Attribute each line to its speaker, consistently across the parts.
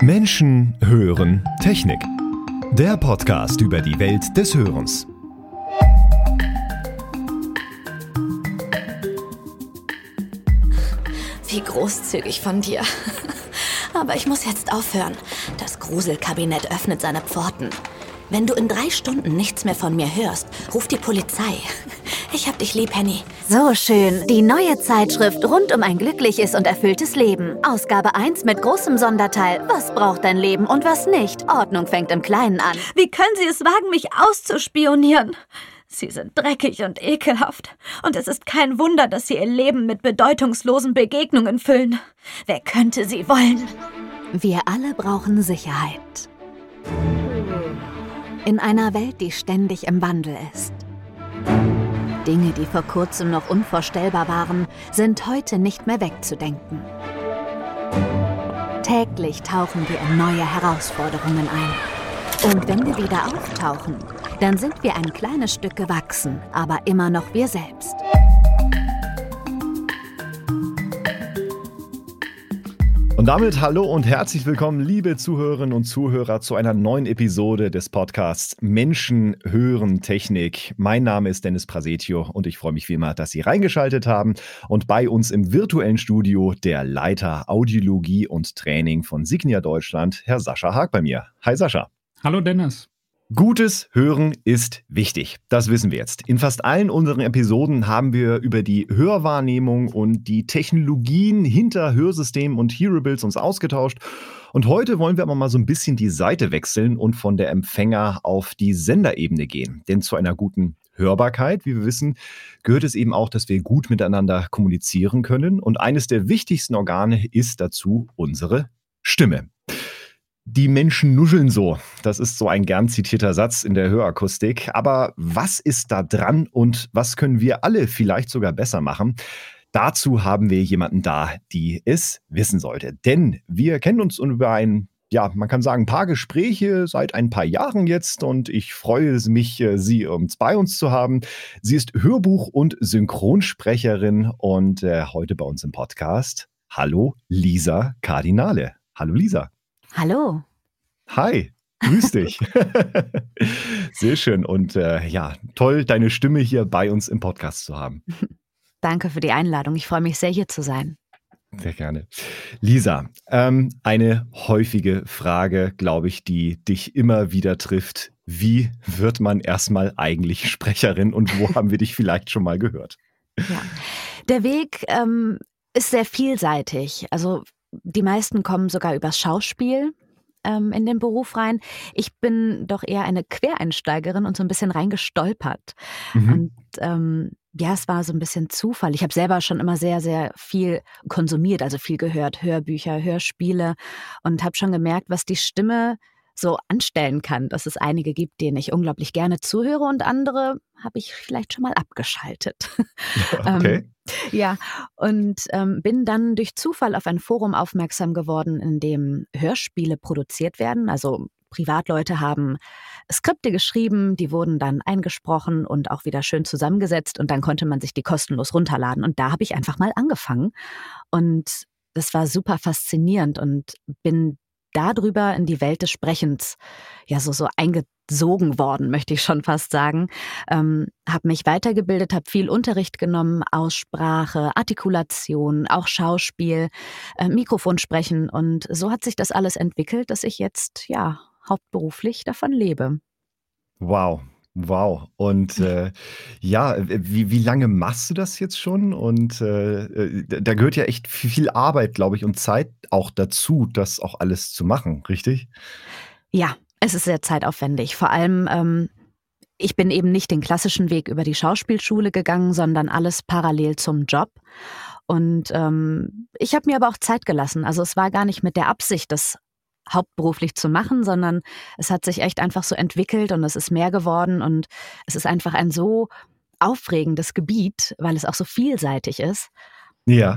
Speaker 1: Menschen hören Technik. Der Podcast über die Welt des Hörens.
Speaker 2: Wie großzügig von dir. Aber ich muss jetzt aufhören. Das Gruselkabinett öffnet seine Pforten. Wenn du in 3 Stunden nichts mehr von mir hörst, ruf die Polizei. Ich hab dich lieb, Henny.
Speaker 3: So schön. Die neue Zeitschrift rund um ein glückliches und erfülltes Leben. Ausgabe 1 mit großem Sonderteil. Was braucht dein Leben und was nicht? Ordnung fängt im Kleinen an.
Speaker 4: Wie können Sie es wagen, mich auszuspionieren? Sie sind dreckig und ekelhaft. Und es ist kein Wunder, dass Sie Ihr Leben mit bedeutungslosen Begegnungen füllen. Wer könnte Sie wollen?
Speaker 3: Wir alle brauchen Sicherheit. In einer Welt, die ständig im Wandel ist. Dinge, die vor kurzem noch unvorstellbar waren, sind heute nicht mehr wegzudenken. Täglich tauchen wir in neue Herausforderungen ein. Und wenn wir wieder auftauchen, dann sind wir ein kleines Stück gewachsen, aber immer noch wir selbst.
Speaker 1: Und damit hallo und herzlich willkommen, liebe Zuhörerinnen und Zuhörer, zu einer neuen Episode des Podcasts Menschen hören Technik. Mein Name ist Dennis Prasetio und ich freue mich wie immer, dass Sie reingeschaltet haben. Und bei uns im virtuellen Studio der Leiter Audiologie und Training von Signia Deutschland, Herr Sascha Haag bei mir. Hi Sascha.
Speaker 5: Hallo Dennis.
Speaker 1: Gutes Hören ist wichtig, das wissen wir jetzt. In fast allen unseren Episoden haben wir über die Hörwahrnehmung und die Technologien hinter Hörsystemen und Hearables uns ausgetauscht. Und heute wollen wir aber mal so ein bisschen die Seite wechseln und von der Empfänger auf die Senderebene gehen. Denn zu einer guten Hörbarkeit, wie wir wissen, gehört es eben auch, dass wir gut miteinander kommunizieren können. Und eines der wichtigsten Organe ist dazu unsere Stimme. Die Menschen nuscheln so. Das ist so ein gern zitierter Satz in der Hörakustik. Aber was ist da dran und was können wir alle vielleicht sogar besser machen? Dazu haben wir jemanden da, die es wissen sollte. Denn wir kennen uns über man kann sagen, ein paar Gespräche seit ein paar Jahren jetzt und ich freue mich, Sie bei uns zu haben. Sie ist Hörbuch- und Synchronsprecherin und heute bei uns im Podcast. Hallo, Lisa Cardinale. Hallo, Lisa.
Speaker 3: Hallo.
Speaker 1: Hi, grüß dich. Sehr schön und toll, deine Stimme hier bei uns im Podcast zu haben.
Speaker 3: Danke für die Einladung. Ich freue mich sehr, hier zu sein.
Speaker 1: Sehr gerne. Lisa, eine häufige Frage, glaube ich, die dich immer wieder trifft. Wie wird man erstmal eigentlich Sprecherin und wo haben wir dich vielleicht schon mal gehört?
Speaker 3: Ja, der Weg ist sehr vielseitig. Also die meisten kommen sogar übers Schauspiel in den Beruf rein. Ich bin doch eher eine Quereinsteigerin und so ein bisschen reingestolpert. Und es war so ein bisschen Zufall. Ich habe selber schon immer sehr, sehr viel konsumiert, also viel gehört, Hörbücher, Hörspiele und habe schon gemerkt, was die Stimme so anstellen kann, dass es einige gibt, denen ich unglaublich gerne zuhöre und andere habe ich vielleicht schon mal abgeschaltet.
Speaker 1: Okay.
Speaker 3: Und bin dann durch Zufall auf ein Forum aufmerksam geworden, in dem Hörspiele produziert werden. Also Privatleute haben Skripte geschrieben, die wurden dann eingesprochen und auch wieder schön zusammengesetzt und dann konnte man sich die kostenlos runterladen. Und da habe ich einfach mal angefangen und das war super faszinierend und bin darüber in die Welt des Sprechens so eingesogen worden, möchte ich schon fast sagen. Habe mich weitergebildet, habe viel Unterricht genommen, Aussprache, Artikulation, auch Schauspiel, Mikrofonsprechen und so hat sich das alles entwickelt, dass ich jetzt hauptberuflich davon lebe.
Speaker 1: Wow. Und wie lange machst du das jetzt schon? Und da gehört ja echt viel Arbeit, glaube ich, und Zeit auch dazu, das auch alles zu machen, richtig?
Speaker 3: Ja, es ist sehr zeitaufwendig. Vor allem, ich bin eben nicht den klassischen Weg über die Schauspielschule gegangen, sondern alles parallel zum Job. Und ich habe mir aber auch Zeit gelassen. Also es war gar nicht mit der Absicht, das hauptberuflich zu machen, sondern es hat sich echt einfach so entwickelt und es ist mehr geworden und es ist einfach ein so aufregendes Gebiet, weil es auch so vielseitig ist.
Speaker 1: Ja.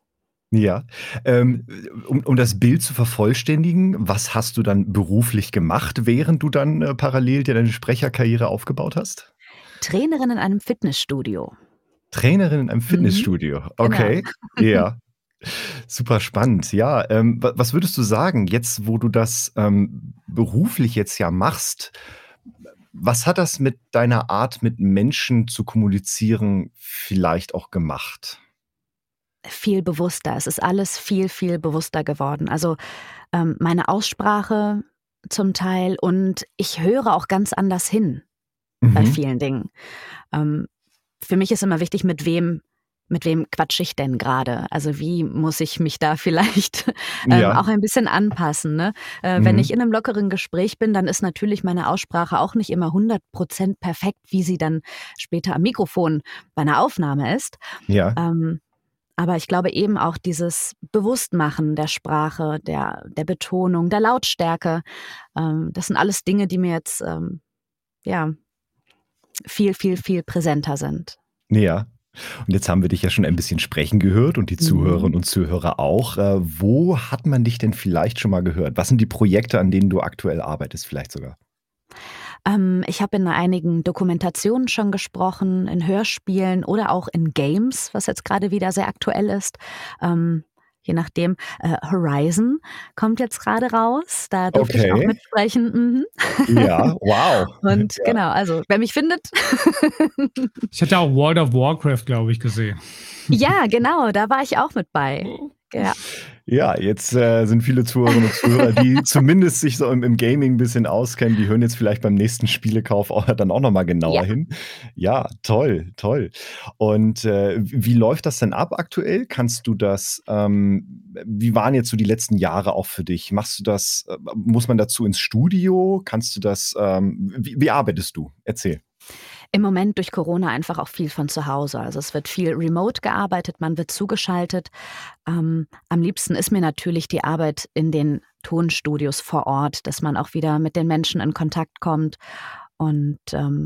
Speaker 1: Um das Bild zu vervollständigen, was hast du dann beruflich gemacht, während du dann parallel dir deine Sprecherkarriere aufgebaut hast?
Speaker 3: Trainerin in einem Fitnessstudio.
Speaker 1: Trainerin in einem Fitnessstudio, okay.
Speaker 3: Genau.
Speaker 1: Ja. Super spannend. Ja, was würdest du sagen, jetzt wo du das beruflich jetzt ja machst, was hat das mit deiner Art, mit Menschen zu kommunizieren, vielleicht auch gemacht?
Speaker 3: Viel bewusster. Es ist alles viel, viel bewusster geworden. Also, meine Aussprache zum Teil und ich höre auch ganz anders hin bei
Speaker 1: Mhm.
Speaker 3: vielen Dingen. Ähm, für mich ist immer wichtig, mit wem quatsche ich denn gerade? Also, wie muss ich mich da vielleicht,
Speaker 1: Ja.
Speaker 3: auch ein bisschen anpassen, ne? Wenn ich
Speaker 1: Mhm.
Speaker 3: in einem lockeren Gespräch bin, dann ist natürlich meine Aussprache auch nicht immer 100% perfekt, wie sie dann später am Mikrofon bei einer Aufnahme ist.
Speaker 1: Ja.
Speaker 3: Ähm, aber ich glaube eben auch dieses Bewusstmachen der Sprache, der Betonung, der Lautstärke, das sind alles Dinge, die mir jetzt, ja, viel, viel, viel präsenter sind.
Speaker 1: Ja. Und jetzt haben wir dich ja schon ein bisschen sprechen gehört und die
Speaker 3: Mhm.
Speaker 1: Zuhörerinnen und Zuhörer auch. Wo hat man dich denn vielleicht schon mal gehört? Was sind die Projekte, an denen du aktuell arbeitest vielleicht sogar?
Speaker 3: Ich habe in einigen Dokumentationen schon gesprochen, in Hörspielen oder auch in Games, was jetzt gerade wieder sehr aktuell ist. Je nachdem. Horizon kommt jetzt gerade raus, da durfte ich auch
Speaker 1: Okay.
Speaker 3: mitsprechen. Mhm.
Speaker 1: Ja, wow.
Speaker 3: Und
Speaker 1: Ja.
Speaker 3: genau, also wer mich findet.
Speaker 5: Ich hatte auch World of Warcraft, glaube ich, gesehen.
Speaker 3: Ja, genau, da war ich auch mit bei. Ja.
Speaker 1: Ja, jetzt sind viele Zuhörerinnen und Zuhörer, die zumindest sich so im Gaming 'n bisschen auskennen, die hören jetzt vielleicht beim nächsten Spielekauf auch dann auch noch mal
Speaker 3: Ja.
Speaker 1: genauer hin. Ja, toll, toll. Und, wie läuft das denn ab aktuell? Kannst du das wie waren jetzt so die letzten Jahre auch für dich? Machst du das muss man dazu ins Studio? Kannst du das wie arbeitest du? Erzähl.
Speaker 3: Im Moment durch Corona einfach auch viel von zu Hause. Also, es wird viel remote gearbeitet, man wird zugeschaltet. Am liebsten ist mir natürlich die Arbeit in den Tonstudios vor Ort, dass man auch wieder mit den Menschen in Kontakt kommt und,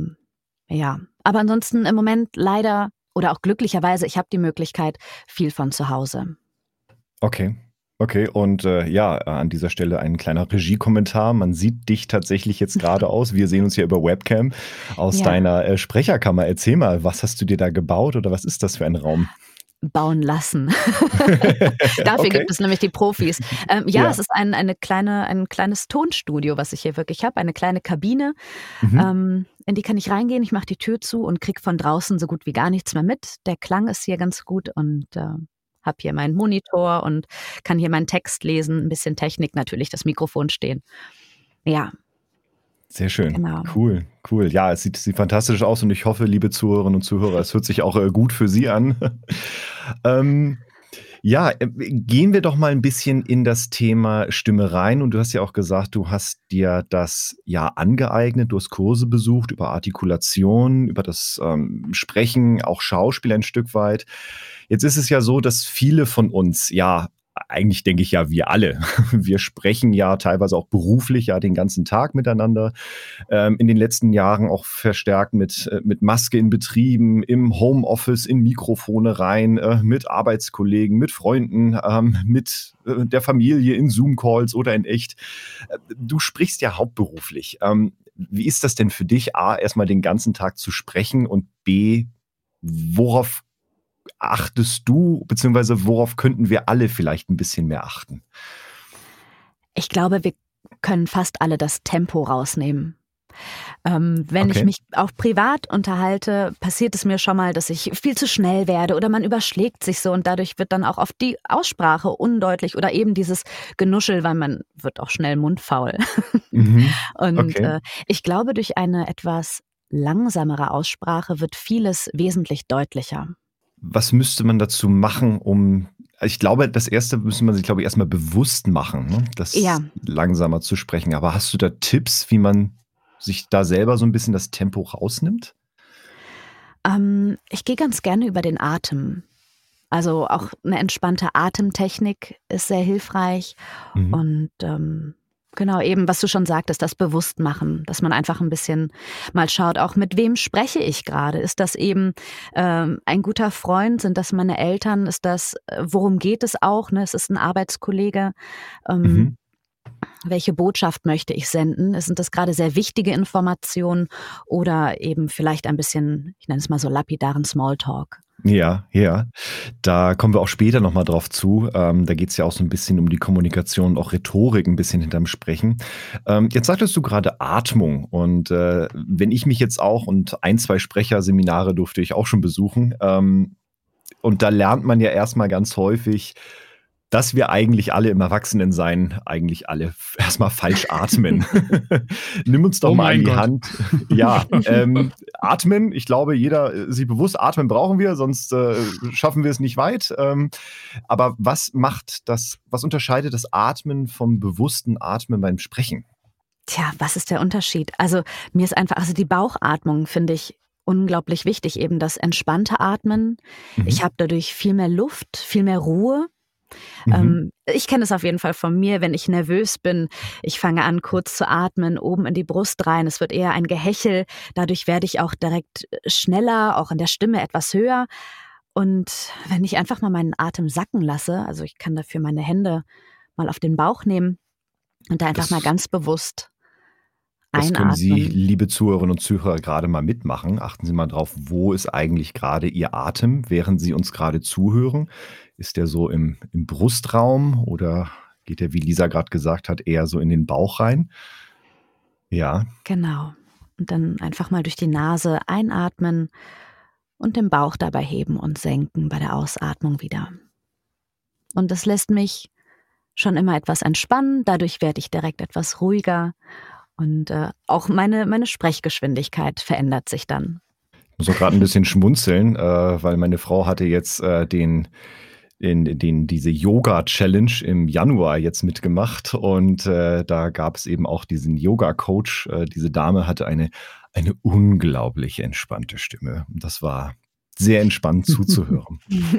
Speaker 3: ja. Aber ansonsten im Moment leider oder auch glücklicherweise, ich habe die Möglichkeit, viel von zu Hause.
Speaker 1: Okay. Okay, und, ja, an dieser Stelle ein kleiner Regiekommentar. Man sieht dich tatsächlich jetzt gerade aus. Wir sehen uns ja über Webcam aus
Speaker 3: Ja.
Speaker 1: deiner, Sprecherkammer. Erzähl mal, was hast du dir da gebaut oder was ist das für ein Raum?
Speaker 3: Bauen lassen. Dafür
Speaker 1: Okay.
Speaker 3: gibt es nämlich die Profis. Ja,
Speaker 1: Ja.
Speaker 3: es ist ein kleines Tonstudio, was ich hier wirklich habe, eine kleine Kabine,
Speaker 1: Mhm.
Speaker 3: in die kann ich reingehen. Ich mache die Tür zu und kriege von draußen so gut wie gar nichts mehr mit. Der Klang ist hier ganz gut und, habe hier meinen Monitor und kann hier meinen Text lesen, 'n bisschen Technik, natürlich das Mikrofon stehen. Ja,
Speaker 1: Sehr schön.
Speaker 3: genau.
Speaker 1: Cool, cool. Ja, es sieht fantastisch aus und ich hoffe, liebe Zuhörerinnen und Zuhörer, es hört sich auch, gut für Sie an. Ähm, ja, gehen wir doch mal ein bisschen in das Thema Stimme rein und du hast ja auch gesagt, du hast dir das ja angeeignet. Du hast Kurse besucht über Artikulation, über das, Sprechen, auch Schauspiel ein Stück weit. Jetzt ist es ja so, dass viele von uns, ja, eigentlich denke ich ja, wir alle, wir sprechen ja teilweise auch beruflich ja den ganzen Tag miteinander. In den letzten Jahren auch verstärkt mit Maske in Betrieben, im Homeoffice, in Mikrofone rein, mit Arbeitskollegen, mit Freunden, mit der Familie in Zoom-Calls oder in echt. Du sprichst ja hauptberuflich. Wie ist das denn für dich, A, erstmal den ganzen Tag zu sprechen und B, worauf achtest du, beziehungsweise worauf könnten wir alle vielleicht ein bisschen mehr achten?
Speaker 3: Ich glaube, wir können fast alle das Tempo rausnehmen. Wenn ich
Speaker 1: Okay.
Speaker 3: mich auch privat unterhalte, passiert es mir schon mal, dass ich viel zu schnell werde oder man überschlägt sich so und dadurch wird dann auch oft die Aussprache undeutlich oder eben dieses Genuschel, weil man wird auch schnell mundfaul.
Speaker 1: Mhm.
Speaker 3: Und,
Speaker 1: Okay.
Speaker 3: ich glaube, durch eine etwas langsamere Aussprache wird vieles wesentlich deutlicher.
Speaker 1: Was müsste man dazu machen, ich glaube, das Erste müsste man sich, glaube ich, erst mal bewusst machen, ne,
Speaker 3: Ja.
Speaker 1: das langsamer zu sprechen. Aber hast du da Tipps, wie man sich da selber so 'n bisschen das Tempo rausnimmt?
Speaker 3: Ich gehe ganz gerne über den Atem. Also, auch 'ne entspannte Atemtechnik ist sehr hilfreich
Speaker 1: Mhm.
Speaker 3: und, genau, eben, was du schon sagtest, das Bewusstmachen, dass man einfach 'n bisschen mal schaut, auch mit wem spreche ich grade? Ist das eben, ein guter Freund? Sind das meine Eltern? Ist das worum geht es auch, ne? Ist es 'n Arbeitskollege?
Speaker 1: Mhm.
Speaker 3: Welche Botschaft möchte ich senden? Sind das grade sehr wichtige Informationen oder eben vielleicht ein bisschen, ich nenne es mal so lapidaren Smalltalk?
Speaker 1: Ja, ja. Da kommen wir auch später nochmal drauf zu. Da geht es ja auch so ein bisschen um die Kommunikation und auch Rhetorik ein bisschen hinterm Sprechen. Jetzt sagtest du gerade Atmung. Und wenn ich mich jetzt auch und ein, zwei Sprecherseminare durfte ich auch schon besuchen. Und da lernt man ja erstmal ganz häufig, dass wir eigentlich alle im Erwachsenensein eigentlich alle erstmal falsch atmen. Nimm uns doch
Speaker 5: Oh
Speaker 1: mal
Speaker 5: mein
Speaker 1: an die
Speaker 5: Gott.
Speaker 1: Hand. Ja, atmen, ich glaube, jeder ist sich bewusst, atmen brauchen wir, sonst schaffen wir es nicht weit. Aber was unterscheidet das Atmen vom bewussten Atmen beim Sprechen?
Speaker 3: Tja, was ist der Unterschied? Also mir ist einfach, also die Bauchatmung finde ich unglaublich wichtig, eben das entspannte Atmen. Ich
Speaker 1: Mhm.
Speaker 3: habe dadurch viel mehr Luft, viel mehr Ruhe.
Speaker 1: Mhm.
Speaker 3: Ich kenne es auf jeden Fall von mir, wenn ich nervös bin. Ich fange an, kurz zu atmen, oben in die Brust rein. Es wird eher ein Gehechel. Dadurch werde ich auch direkt schneller, auch in der Stimme etwas höher. Und wenn ich einfach mal meinen Atem sacken lasse, also ich kann dafür meine Hände mal auf den Bauch nehmen und da einfach mal
Speaker 1: Das
Speaker 3: ganz bewusst
Speaker 1: Das können Sie,
Speaker 3: einatmen.
Speaker 1: liebe Zuhörerinnen und Zuhörer, gerade mal mitmachen. Achten Sie mal drauf, wo ist eigentlich gerade Ihr Atem, während Sie uns gerade zuhören? Ist der so im Brustraum oder geht der, wie Lisa gerade gesagt hat, eher so in den Bauch rein? Ja,
Speaker 3: Genau. Und dann einfach mal durch die Nase einatmen und den Bauch dabei heben und senken bei der Ausatmung wieder. Und das lässt mich schon immer etwas entspannen. Dadurch werde ich direkt etwas ruhiger und auch meine Sprechgeschwindigkeit verändert sich dann.
Speaker 1: ich muss auch gerade ein bisschen schmunzeln, weil meine Frau hatte jetzt diese Yoga-Challenge im Januar jetzt mitgemacht und da gab es eben auch diesen Yoga-Coach. Diese Dame hatte eine unglaublich entspannte Stimme. Und das war sehr entspannend zuzuhören.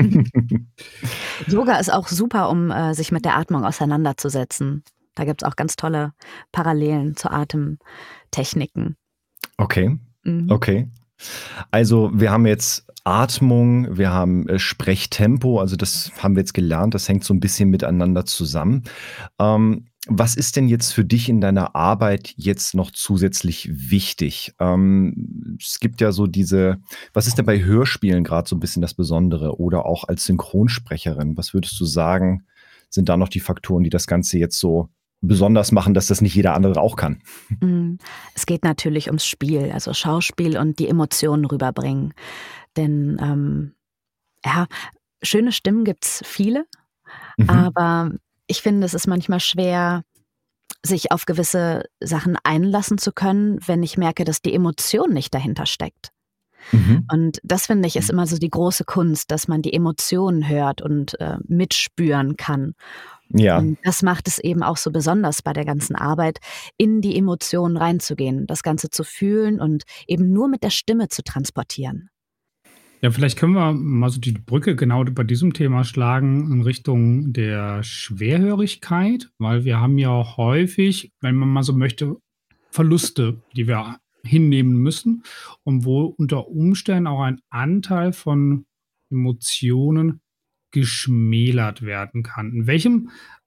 Speaker 3: Yoga ist auch super, um sich mit der Atmung auseinanderzusetzen. Da gibt es auch ganz tolle Parallelen zu Atemtechniken.
Speaker 1: Okay,
Speaker 3: Mhm.
Speaker 1: okay. Also wir haben jetzt Atmung, wir haben Sprechtempo, also das haben wir jetzt gelernt, das hängt so ein bisschen miteinander zusammen. Was ist denn jetzt für dich in deiner Arbeit jetzt noch zusätzlich wichtig? Es gibt ja so was ist denn bei Hörspielen gerade so ein bisschen das Besondere oder auch als Synchronsprecherin? Was würdest du sagen, sind da noch die Faktoren, die das Ganze jetzt so besonders machen, dass das nicht jeder andere auch kann?
Speaker 3: Mm. Es geht natürlich ums Spiel, also Schauspiel und die Emotionen rüberbringen. Denn ja, schöne Stimmen gibt's viele,
Speaker 1: Mhm.
Speaker 3: aber ich finde, es ist manchmal schwer, sich auf gewisse Sachen einlassen zu können, wenn ich merke, dass die Emotion nicht dahinter steckt.
Speaker 1: Mhm.
Speaker 3: Und das finde ich ist immer so die große Kunst, dass man die Emotionen hört und mitspüren kann.
Speaker 1: Ja.
Speaker 3: Und das macht es eben auch so besonders bei der ganzen Arbeit, in die Emotionen reinzugehen, das Ganze zu fühlen und eben nur mit der Stimme zu transportieren.
Speaker 5: Ja, vielleicht können wir mal so die Brücke genau bei diesem Thema schlagen in Richtung der Schwerhörigkeit, weil wir haben ja häufig, wenn man mal so möchte, Verluste, die wir hinnehmen müssen und wo unter Umständen auch ein Anteil von Emotionen geschmälert werden kann. In welchem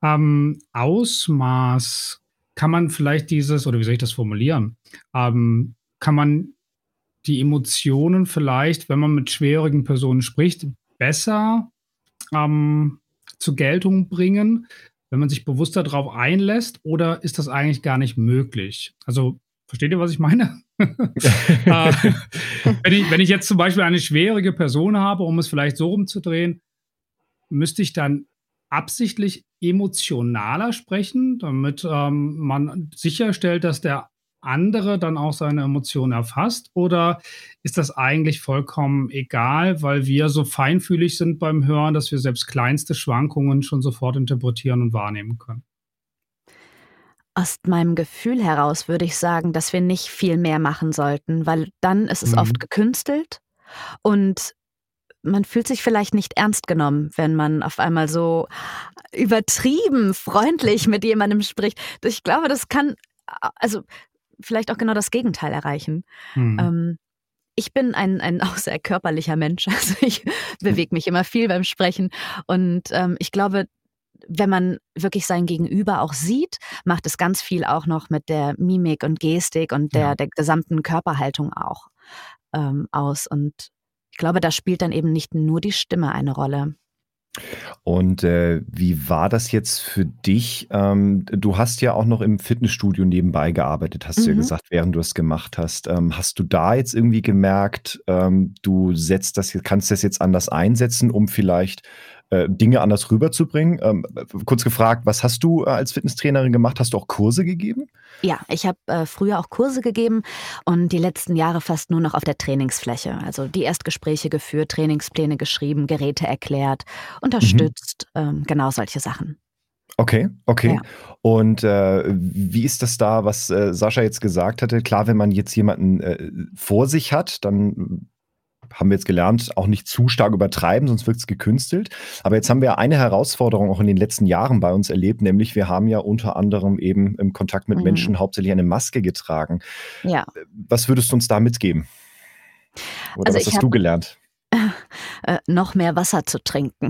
Speaker 5: Ausmaß kann man vielleicht oder wie soll ich das formulieren? Kann man die Emotionen vielleicht, wenn man mit schwerhörigen Personen spricht, besser ähm, zur Geltung bringen, wenn man sich bewusster darauf einlässt, oder ist das eigentlich gar nicht möglich? Also, versteht ihr, was ich meine? Wenn ich jetzt zum Beispiel eine schwerhörige Person habe, um es vielleicht so rumzudrehen, müsste ich dann absichtlich emotionaler sprechen, damit man sicherstellt, dass der andere dann auch seine Emotionen erfasst? Oder ist das eigentlich vollkommen egal, weil wir so feinfühlig sind beim Hören, dass wir selbst kleinste Schwankungen schon sofort interpretieren und wahrnehmen können?
Speaker 3: Aus meinem Gefühl heraus würde ich sagen, dass wir nicht viel mehr machen sollten, weil dann ist es oft
Speaker 5: Mhm.
Speaker 3: gekünstelt und man fühlt sich vielleicht nicht ernst genommen, wenn man auf einmal so übertrieben freundlich mit jemandem spricht. Ich glaube, das kann also vielleicht auch genau das Gegenteil erreichen.
Speaker 5: Mhm.
Speaker 3: Ähm, Ich bin ein auch sehr körperlicher Mensch. Also, ich bewege mich immer viel beim Sprechen und ich glaube, wenn man wirklich sein Gegenüber auch sieht, macht es ganz viel auch noch mit der Mimik und Gestik und
Speaker 5: Ja.
Speaker 3: der gesamten Körperhaltung auch aus. Und Ich glaube, da spielt dann eben nicht nur die Stimme eine Rolle.
Speaker 1: Und wie war das jetzt für dich? Du hast ja auch noch im Fitnessstudio nebenbei gearbeitet, hast du ja gesagt, während du es gemacht hast. Hast du da jetzt irgendwie gemerkt, kannst das jetzt anders einsetzen, um vielleicht Dinge anders rüberzubringen? Kurz gefragt, was hast du als Fitnesstrainerin gemacht? Hast du auch Kurse gegeben?
Speaker 3: Ja, ich habe früher auch Kurse gegeben und die letzten Jahre fast nur noch auf der Trainingsfläche. Also die Erstgespräche geführt, Trainingspläne geschrieben, Geräte erklärt, unterstützt, genau solche Sachen.
Speaker 1: Okay, okay.
Speaker 3: Ja.
Speaker 1: Und wie ist das da, was Sascha jetzt gesagt hatte? Klar, wenn man jetzt jemanden vor sich hat, dann haben wir jetzt gelernt, auch nicht zu stark übertreiben, sonst wirkt es gekünstelt. Aber jetzt haben wir eine Herausforderung auch in den letzten Jahren bei uns erlebt, nämlich wir haben ja unter anderem eben im Kontakt mit Menschen hauptsächlich eine Maske getragen.
Speaker 3: Ja.
Speaker 1: Was würdest du uns da mitgeben? Oder
Speaker 3: Also
Speaker 1: was hast du gelernt?
Speaker 3: Noch mehr Wasser zu trinken.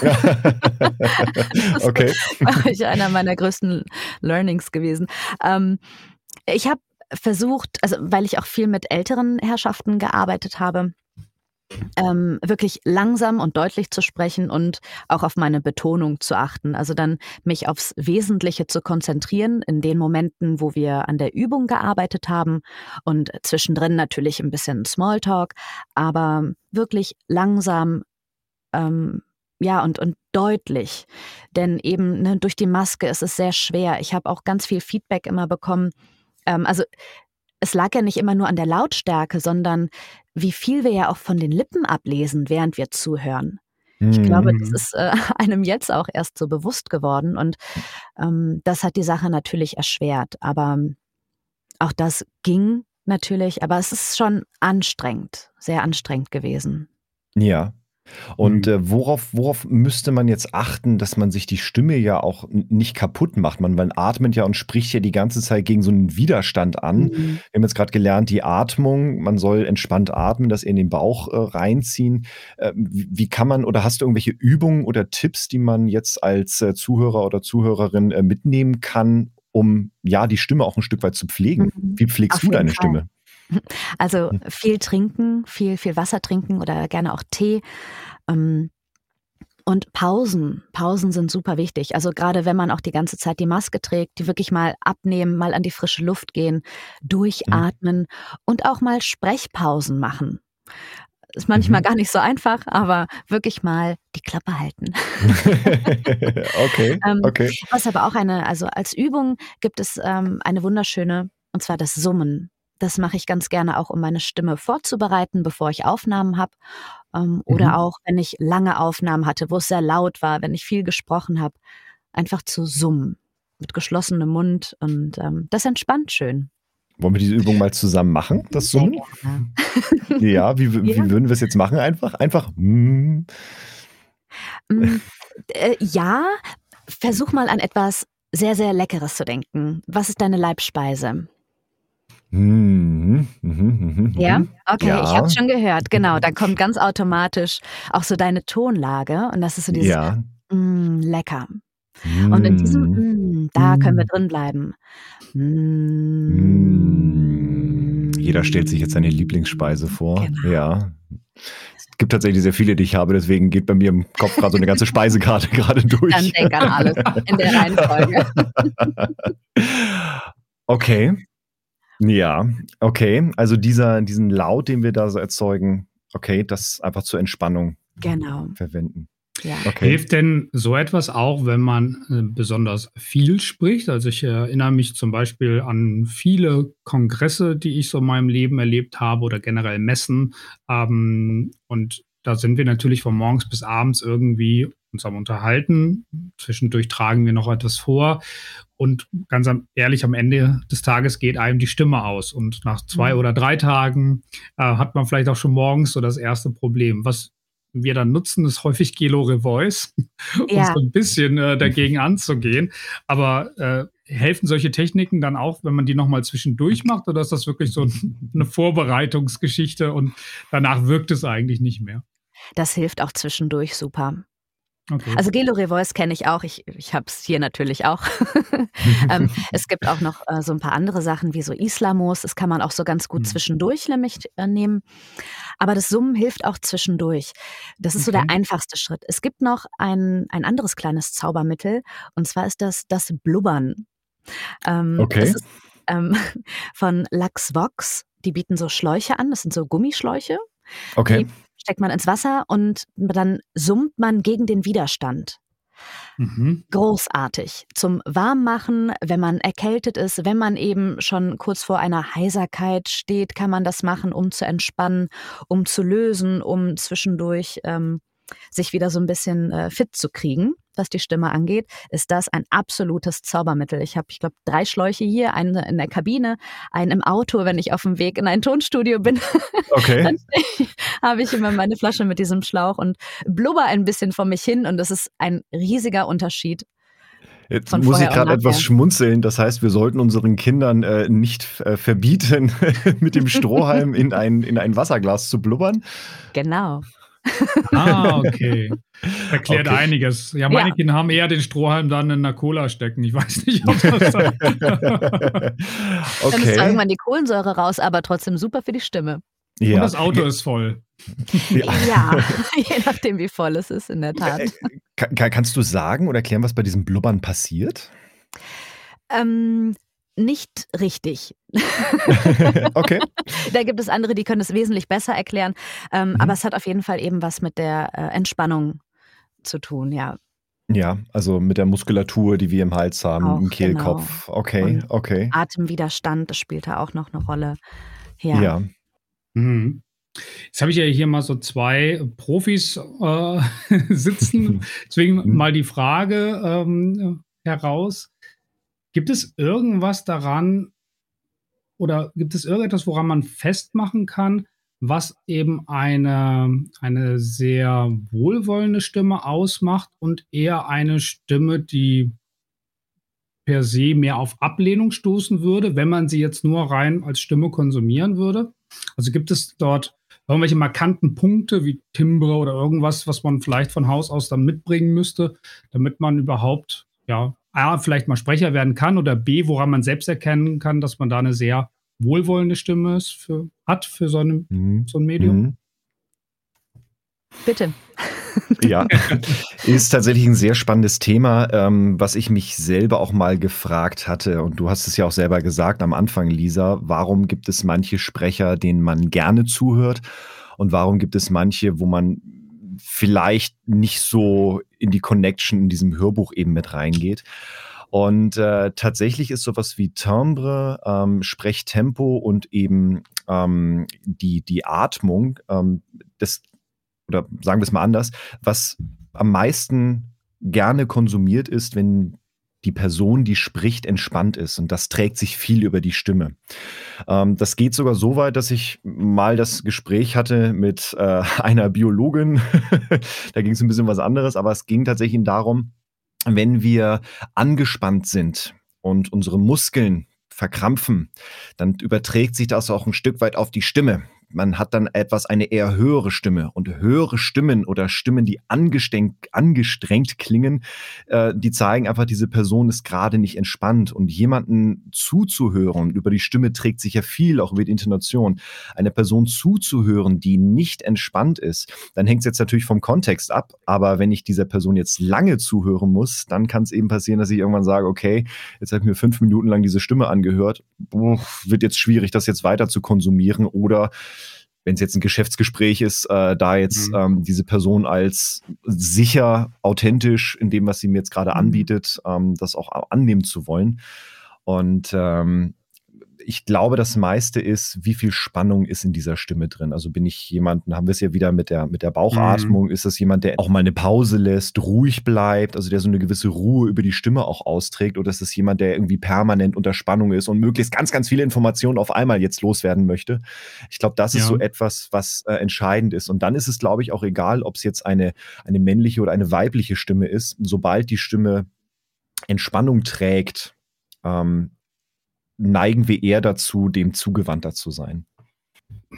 Speaker 1: Okay.
Speaker 3: Das ist einer meiner größten Learnings gewesen. Ich habe versucht, also weil ich auch viel mit älteren Herrschaften gearbeitet habe, wirklich langsam und deutlich zu sprechen und auch auf meine Betonung zu achten. Also dann mich aufs Wesentliche zu konzentrieren in den Momenten, wo wir an der Übung gearbeitet haben und zwischendrin natürlich ein bisschen Smalltalk, aber wirklich langsam, ja, und deutlich. Denn eben durch die Maske ist es sehr schwer. Ich habe auch ganz viel Feedback immer bekommen. Also es lag ja nicht immer nur an der Lautstärke, sondern wie viel wir ja auch von den Lippen ablesen, während wir zuhören. Ich glaube, das ist einem jetzt auch erst so bewusst geworden und das hat die Sache natürlich erschwert. Aber auch das ging natürlich, aber es ist schon anstrengend, sehr anstrengend gewesen.
Speaker 1: Ja. Und worauf müsste man jetzt achten, dass man sich die Stimme ja auch nicht kaputt macht? Man atmet ja und spricht ja die ganze Zeit gegen so einen Widerstand an. Wir haben jetzt gerade gelernt, die Atmung, man soll entspannt atmen, das in den Bauch reinziehen. Wie kann man, oder hast du irgendwelche Übungen oder Tipps, die man jetzt als Zuhörer oder Zuhörerin mitnehmen kann, um ja die Stimme auch ein Stück weit zu pflegen? Wie pflegst
Speaker 3: Auf
Speaker 1: du
Speaker 3: jeden
Speaker 1: deine
Speaker 3: Fall.
Speaker 1: Stimme?
Speaker 3: Also viel trinken, viel Wasser trinken oder gerne auch Tee. Und Pausen sind super wichtig. Also gerade wenn man auch die ganze Zeit die Maske trägt, die wirklich mal abnehmen, mal an die frische Luft gehen, durchatmen und auch mal Sprechpausen machen. Ist manchmal gar nicht so einfach, aber wirklich mal die Klappe halten.
Speaker 1: Okay, okay.
Speaker 3: Was aber auch also als Übung gibt es eine wunderschöne, und zwar das Summen. Das mache ich ganz gerne auch, um meine Stimme vorzubereiten, bevor ich Aufnahmen habe. Oder auch, wenn ich lange Aufnahmen hatte, wo es sehr laut war, wenn ich viel gesprochen habe, einfach zu summen mit geschlossenem Mund und das entspannt schön.
Speaker 1: Wollen wir diese Übung mal zusammen machen, das
Speaker 3: Sehr
Speaker 1: Summen?
Speaker 3: gerne.
Speaker 1: Ja, wie würden wir es jetzt machen einfach? Einfach.
Speaker 3: Ja, versuch mal an etwas sehr, sehr Leckeres zu denken. Was ist deine Leibspeise? Ja? Okay,
Speaker 1: Ja.
Speaker 3: ich habe es schon gehört. Genau, dann kommt ganz automatisch auch so deine Tonlage und das ist so dieses
Speaker 1: Ja.
Speaker 3: lecker. Und in diesem da können wir drin bleiben.
Speaker 1: Jeder stellt sich jetzt seine Lieblingsspeise vor.
Speaker 3: Genau.
Speaker 1: Ja. Es gibt tatsächlich sehr viele, die ich habe, deswegen geht bei mir im Kopf gerade so eine ganze Speisekarte gerade durch.
Speaker 3: Dann denk an alles in der Reihenfolge.
Speaker 1: Okay. Ja, okay. Also diesen Laut, den wir da so erzeugen, okay, das einfach zur Entspannung
Speaker 3: Genau.
Speaker 1: verwenden.
Speaker 3: Ja.
Speaker 1: Okay.
Speaker 5: Hilft denn so etwas auch, wenn man besonders viel spricht? Also ich erinnere mich zum Beispiel an viele Kongresse, die ich so in meinem Leben erlebt habe oder generell Messen. Und da sind wir natürlich von morgens bis abends irgendwie uns am Unterhalten. Zwischendurch tragen wir noch etwas vor. Und ganz ehrlich, am Ende des Tages geht einem die Stimme aus. Und nach 2 oder 3 Tagen hat man vielleicht auch schon morgens so das erste Problem. Was wir dann nutzen, ist häufig Gelore Voice, um
Speaker 3: Ja.
Speaker 5: so ein bisschen dagegen anzugehen. Aber helfen solche Techniken dann auch, wenn man die nochmal zwischendurch macht? Oder ist das wirklich so eine Vorbereitungsgeschichte und danach wirkt es eigentlich nicht mehr?
Speaker 3: Das hilft auch zwischendurch super.
Speaker 5: Okay.
Speaker 3: Also Gelo Voice kenne ich auch. Ich habe es hier natürlich auch. Es gibt auch noch so ein paar andere Sachen wie so Islamos. Das kann man auch so ganz gut zwischendurch nämlich nehmen. Aber das Summen hilft auch zwischendurch. Das ist so der
Speaker 5: Okay.
Speaker 3: einfachste Schritt. Es gibt noch ein anderes kleines Zaubermittel und zwar ist das Blubbern.
Speaker 1: Okay.
Speaker 3: Das ist von Luxvox. Die bieten so Schläuche an. Das sind so Gummischläuche.
Speaker 1: Okay.
Speaker 3: Die steckt man ins Wasser und dann summt man gegen den Widerstand.
Speaker 5: Mhm.
Speaker 3: Großartig. Zum Warmmachen, wenn man erkältet ist, wenn man eben schon kurz vor einer Heiserkeit steht, kann man das machen, um zu entspannen, um zu lösen, um zwischendurch sich wieder so ein bisschen fit zu kriegen, was die Stimme angeht, ist das ein absolutes Zaubermittel. Ich habe, 3 Schläuche hier, einen in der Kabine, einen im Auto, wenn ich auf dem Weg in ein Tonstudio bin.
Speaker 1: Okay.
Speaker 3: Dann habe ich immer meine Flasche mit diesem Schlauch und blubber ein bisschen vor mich hin und das ist ein riesiger Unterschied.
Speaker 1: Jetzt
Speaker 3: Von
Speaker 1: muss ich
Speaker 3: vorher und
Speaker 1: gerade etwas
Speaker 3: nachher.
Speaker 1: schmunzeln. Das heißt, wir sollten unseren Kindern nicht verbieten, mit dem Strohhalm in ein Wasserglas zu blubbern.
Speaker 3: Genau.
Speaker 5: Okay. Erklärt
Speaker 1: Okay.
Speaker 5: einiges. Ja, meine
Speaker 3: Ja.
Speaker 5: Kinder haben eher den Strohhalm dann in der Cola stecken. Ich weiß nicht, ob das
Speaker 3: Dann ist zwar
Speaker 1: Okay.
Speaker 3: irgendwann die Kohlensäure raus, aber trotzdem super für die Stimme.
Speaker 5: Und
Speaker 1: Ja.
Speaker 5: das Auto ist voll.
Speaker 1: Ja.
Speaker 3: Ja, je nachdem, wie voll es ist, in der Tat.
Speaker 1: Kannst du sagen oder erklären, was bei diesem Blubbern passiert?
Speaker 3: Nicht richtig.
Speaker 1: Okay.
Speaker 3: Da gibt es andere, die können es wesentlich besser erklären. Aber es hat auf jeden Fall eben was mit der Entspannung zu tun, ja.
Speaker 1: Ja, also mit der Muskulatur, die wir im Hals haben,
Speaker 3: Auch,
Speaker 1: im Kehlkopf. Okay,
Speaker 3: Und
Speaker 1: okay.
Speaker 3: Atemwiderstand, das spielt da auch noch eine Rolle. Ja.
Speaker 1: Ja.
Speaker 5: Mhm. Jetzt habe ich ja hier mal so 2 Profis sitzen. Deswegen mal die Frage heraus. Gibt es irgendwas daran oder gibt es irgendetwas, woran man festmachen kann, was eben eine sehr wohlwollende Stimme ausmacht und eher eine Stimme, die per se mehr auf Ablehnung stoßen würde, wenn man sie jetzt nur rein als Stimme konsumieren würde? Also gibt es dort irgendwelche markanten Punkte wie Timbre oder irgendwas, was man vielleicht von Haus aus dann mitbringen müsste, damit man überhaupt, ja, A, vielleicht mal Sprecher werden kann oder B, woran man selbst erkennen kann, dass man da eine sehr wohlwollende Stimme hat für so ein Medium?
Speaker 1: Mhm.
Speaker 3: Bitte.
Speaker 1: Ja, ist tatsächlich ein sehr spannendes Thema, was ich mich selber auch mal gefragt hatte. Und du hast es ja auch selber gesagt am Anfang, Lisa. Warum gibt es manche Sprecher, denen man gerne zuhört? Und warum gibt es manche, wo man vielleicht nicht so in die Connection in diesem Hörbuch eben mit reingeht? Und tatsächlich ist sowas wie Timbre, Sprechtempo und eben die Atmung, oder sagen wir es mal anders, was am meisten gerne konsumiert ist, wenn die Person, die spricht, entspannt ist. Und das trägt sich viel über die Stimme. Das geht sogar so weit, dass ich mal das Gespräch hatte mit einer Biologin. Da ging es ein bisschen was anderes, aber es ging tatsächlich darum, wenn wir angespannt sind und unsere Muskeln verkrampfen, dann überträgt sich das auch ein Stück weit auf die Stimme. Man hat dann eine eher höhere Stimme. Und höhere Stimmen oder Stimmen, die angestrengt klingen, die zeigen einfach, diese Person ist gerade nicht entspannt. Und jemanden zuzuhören, über die Stimme trägt sich ja viel, auch über die Intonation, eine Person zuzuhören, die nicht entspannt ist, dann hängt es jetzt natürlich vom Kontext ab. Aber wenn ich dieser Person jetzt lange zuhören muss, dann kann es eben passieren, dass ich irgendwann sage, okay, jetzt habe ich mir 5 Minuten lang diese Stimme angehört. Wird jetzt schwierig, das jetzt weiter zu konsumieren. Oder wenn es jetzt ein Geschäftsgespräch ist, da jetzt diese Person als sicher, authentisch in dem, was sie mir jetzt gerade anbietet, das auch annehmen zu wollen. Und ich glaube, das meiste ist, wie viel Spannung ist in dieser Stimme drin. Also bin ich jemanden, haben wir es ja wieder mit der Bauchatmung, ist das jemand, der auch mal eine Pause lässt, ruhig bleibt, also der so eine gewisse Ruhe über die Stimme auch austrägt, oder ist es jemand, der irgendwie permanent unter Spannung ist und möglichst ganz, ganz viele Informationen auf einmal jetzt loswerden möchte? Ich glaube, das ist so etwas, was entscheidend ist. Und dann ist es, glaube ich, auch egal, ob es jetzt eine männliche oder eine weibliche Stimme ist. Sobald die Stimme Entspannung trägt, neigen wir eher dazu, dem zugewandter zu sein.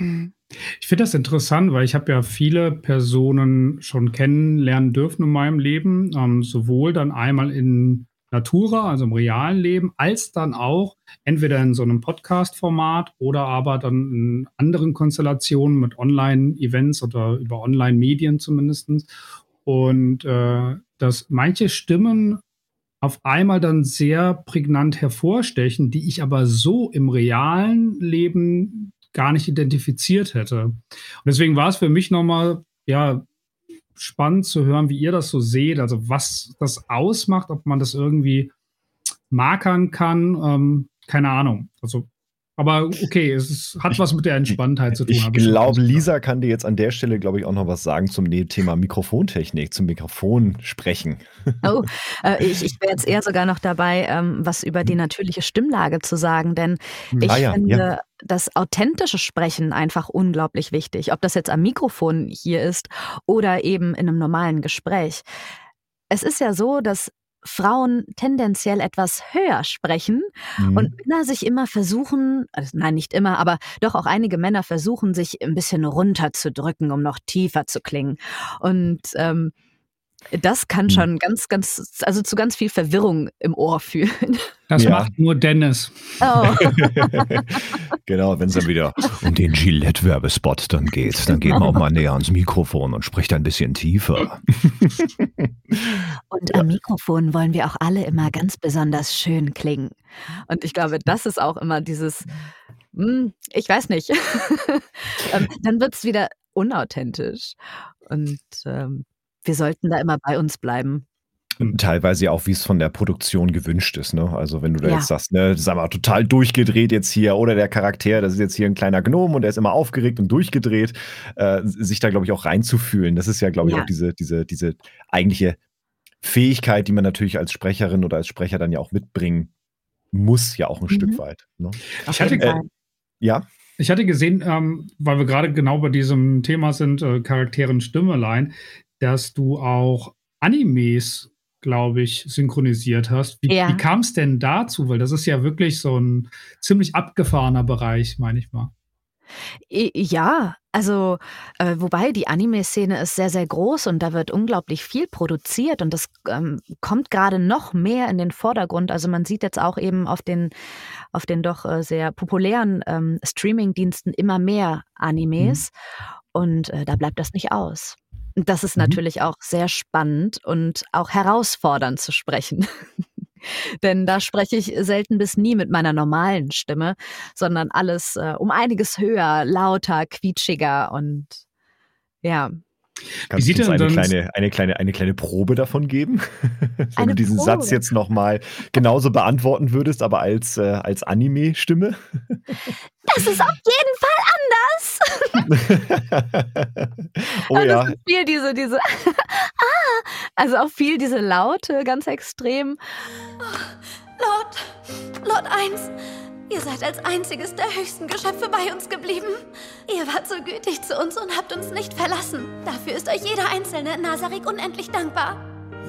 Speaker 5: Ich finde das interessant, weil ich habe ja viele Personen schon kennenlernen dürfen in meinem Leben, sowohl dann einmal in Natura, also im realen Leben, als dann auch entweder in so einem Podcast-Format oder aber dann in anderen Konstellationen mit Online-Events oder über Online-Medien zumindest. Und dass manche Stimmen auf einmal dann sehr prägnant hervorstechen, die ich aber so im realen Leben gar nicht identifiziert hätte. Und deswegen war es für mich nochmal, ja, spannend zu hören, wie ihr das so seht, also was das ausmacht, ob man das irgendwie markern kann, keine Ahnung. Also, aber okay, hat was mit der Entspanntheit zu tun.
Speaker 1: Ich glaube, Lisa kann dir jetzt an der Stelle, glaube ich, auch noch was sagen zum Thema Mikrofontechnik, zum Mikrofonsprechen.
Speaker 3: Oh, ich wäre jetzt eher sogar noch dabei, was über die natürliche Stimmlage zu sagen, denn ich finde das authentische Sprechen einfach unglaublich wichtig, ob das jetzt am Mikrofon hier ist oder eben in einem normalen Gespräch. Es ist ja so, dass Frauen tendenziell etwas höher sprechen und Männer sich immer versuchen, also nein, nicht immer, aber doch auch einige Männer versuchen, sich ein bisschen runterzudrücken, um noch tiefer zu klingen. Und das kann schon also zu ganz viel Verwirrung im Ohr führen.
Speaker 5: Das macht nur Dennis.
Speaker 3: Oh.
Speaker 1: Genau, wenn es dann wieder um den Gillette-Werbespot dann geht man auch mal näher ans Mikrofon und spricht ein bisschen tiefer.
Speaker 3: Und am Mikrofon wollen wir auch alle immer ganz besonders schön klingen. Und ich glaube, das ist auch immer dieses, ich weiß nicht, dann wird es wieder unauthentisch. Und wir sollten da immer bei uns bleiben.
Speaker 1: Teilweise ja auch, wie es von der Produktion gewünscht ist, ne? Also wenn du da jetzt sagst, ne, sag mal, total durchgedreht jetzt hier, oder der Charakter, das ist jetzt hier ein kleiner Gnom und der ist immer aufgeregt und durchgedreht, sich da, glaube ich, auch reinzufühlen. Das ist ja, glaube ich, auch diese eigentliche Fähigkeit, die man natürlich als Sprecherin oder als Sprecher dann ja auch mitbringen muss, ja auch ein Stück weit. Ne?
Speaker 5: Ich hatte gesehen, weil wir gerade genau bei diesem Thema sind, Charakteren Stimmelein, dass du auch Animes, glaube ich, synchronisiert hast. Wie kam es denn dazu? Weil das ist ja wirklich so ein ziemlich abgefahrener Bereich, meine ich mal.
Speaker 3: Ja, also wobei die Anime-Szene ist sehr, sehr groß und da wird unglaublich viel produziert und das kommt gerade noch mehr in den Vordergrund. Also man sieht jetzt auch eben auf den doch sehr populären Streaming-Diensten immer mehr Animes und da bleibt das nicht aus. Und das ist natürlich auch sehr spannend und auch herausfordernd zu sprechen. Denn da spreche ich selten bis nie mit meiner normalen Stimme, sondern alles um einiges höher, lauter, quietschiger und ja.
Speaker 1: Kannst du uns eine kleine Probe davon geben? Wenn du diesen Satz jetzt nochmal genauso beantworten würdest, aber als Anime-Stimme?
Speaker 3: Das ist auf jeden Fall anders.
Speaker 1: Oh ja.
Speaker 3: Das ist viel diese also auch viel diese Laute, ganz extrem.
Speaker 2: Lord 1, ihr seid als einziges der höchsten Geschöpfe bei uns geblieben. Ihr wart so gütig zu uns und habt uns nicht verlassen. Dafür ist euch jeder Einzelne in Nasarik unendlich dankbar.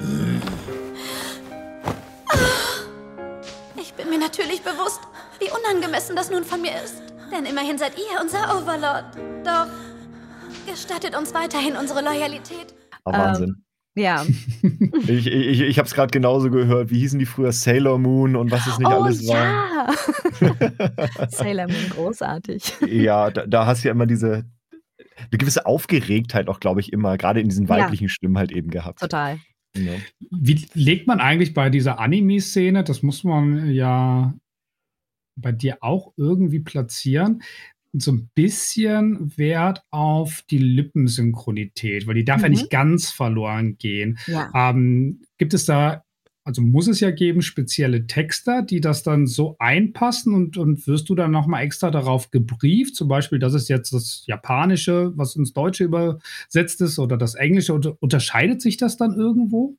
Speaker 2: Ich bin mir natürlich bewusst, wie unangemessen das nun von mir ist. Denn immerhin seid ihr unser Overlord. Doch gestattet uns weiterhin unsere Loyalität.
Speaker 1: Oh, Wahnsinn.
Speaker 3: Ja.
Speaker 1: Ich habe es gerade genauso gehört. Wie hießen die früher? Sailor Moon und was es nicht alles war.
Speaker 3: Ja. Sailor Moon, großartig.
Speaker 1: Ja, da hast du ja immer eine gewisse Aufgeregtheit auch, glaube ich, immer, gerade in diesen weiblichen Stimmen halt eben gehabt.
Speaker 3: Total.
Speaker 1: Ja.
Speaker 5: Wie legt man eigentlich bei dieser Anime-Szene, das muss man ja bei dir auch irgendwie platzieren, so ein bisschen Wert auf die Lippensynchronität, weil die darf ja nicht ganz verloren gehen.
Speaker 3: Ja.
Speaker 5: Gibt es da, also muss es ja geben, spezielle Texter, die das dann so einpassen und wirst du dann nochmal extra darauf gebrieft, zum Beispiel, das ist jetzt das Japanische, was ins Deutsche übersetzt ist oder das Englische, unterscheidet sich das dann irgendwo?